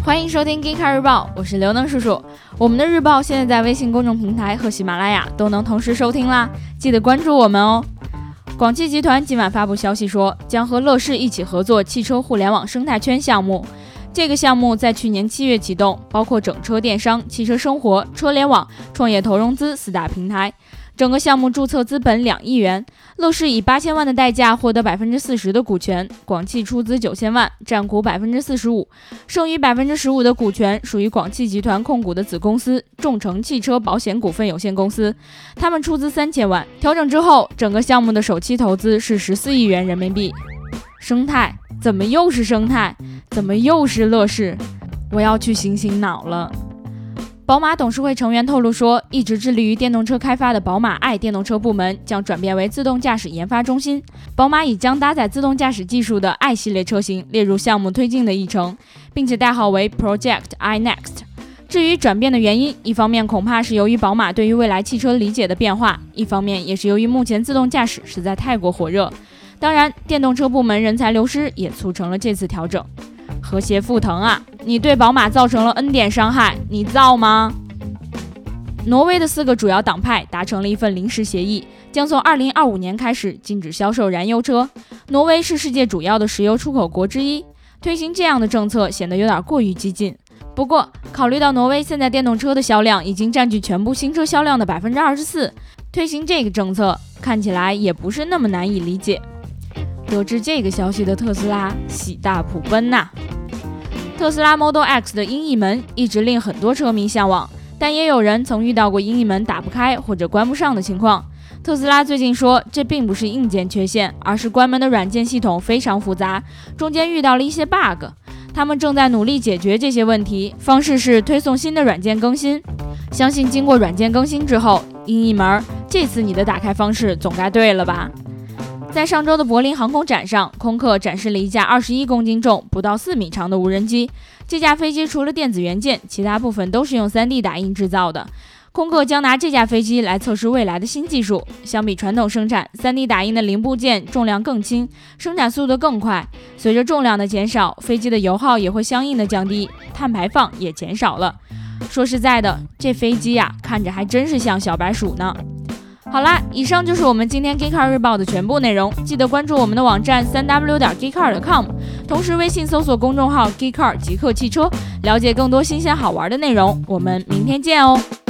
欢迎收听 Geekcar 日报，我是刘能叔叔。我们的日报现在在微信公众平台和喜马拉雅都能同时收听啦，记得关注我们哦。广汽集团今晚发布消息说，将和乐视一起合作汽车互联网生态圈项目。这个项目在去年7月启动，包括整车电商、汽车生活、车联网、创业投融资4大平台。整个项目注册资本2亿元，乐视以8000万的代价获得40%的股权，广汽出资9000万，占股45%，剩余15%的股权属于广汽集团控股的子公司众诚汽车保险股份有限公司，他们出资3000万。调整之后，整个项目的首期投资是14亿元人民币。生态？怎么又是生态？怎么又是乐视？我要去醒脑了。宝马董事会成员透露说，一直致力于电动车开发的宝马爱电动车部门将转变为自动驾驶研发中心。宝马已将搭载自动驾驶技术的爱系列车型列入项目推进的议程，并且代号为 Project iNext。至于转变的原因，一方面恐怕是由于宝马对于未来汽车理解的变化，一方面也是由于目前自动驾驶实在太过火热。当然，电动车部门人才流失也促成了这次调整。和谐沸腾啊！你对宝马造成了 N 点伤害，你造吗？挪威的4个主要党派达成了一份临时协议，将从2025年开始禁止销售燃油车。挪威是世界主要的石油出口国之一，推行这样的政策显得有点过于激进。不过，考虑到挪威现在电动车的销量已经占据全部新车销量的24%，推行这个政策看起来也不是那么难以理解。得知这个消息的特斯拉喜大普奔呐！特斯拉 Model X 的音译门一直令很多车迷向往，但也有人曾遇到过音译门打不开或者关不上的情况。特斯拉最近说，这并不是硬件缺陷，而是关门的软件系统非常复杂，中间遇到了一些 bug。他们正在努力解决这些问题，方式是推送新的软件更新。相信经过软件更新之后，音译门这次你的打开方式总该对了吧？在上周的柏林航空展上，空客展示了一架21公斤重、不到4米长的无人机。这架飞机除了电子元件，其他部分都是用 3D 打印制造的。空客将拿这架飞机来测试未来的新技术。相比传统生产， 3D 打印的零部件重量更轻，生产速度更快。随着重量的减少，飞机的油耗也会相应的降低，碳排放也减少了。说实在的，这飞机呀，看着还真是像小白鼠呢。好啦，以上就是我们今天 Geekcar 日报的全部内容，记得关注我们的网站 3w.geekcar.com， 同时微信搜索公众号 Geekcar 极客汽车，了解更多新鲜好玩的内容。我们明天见哦。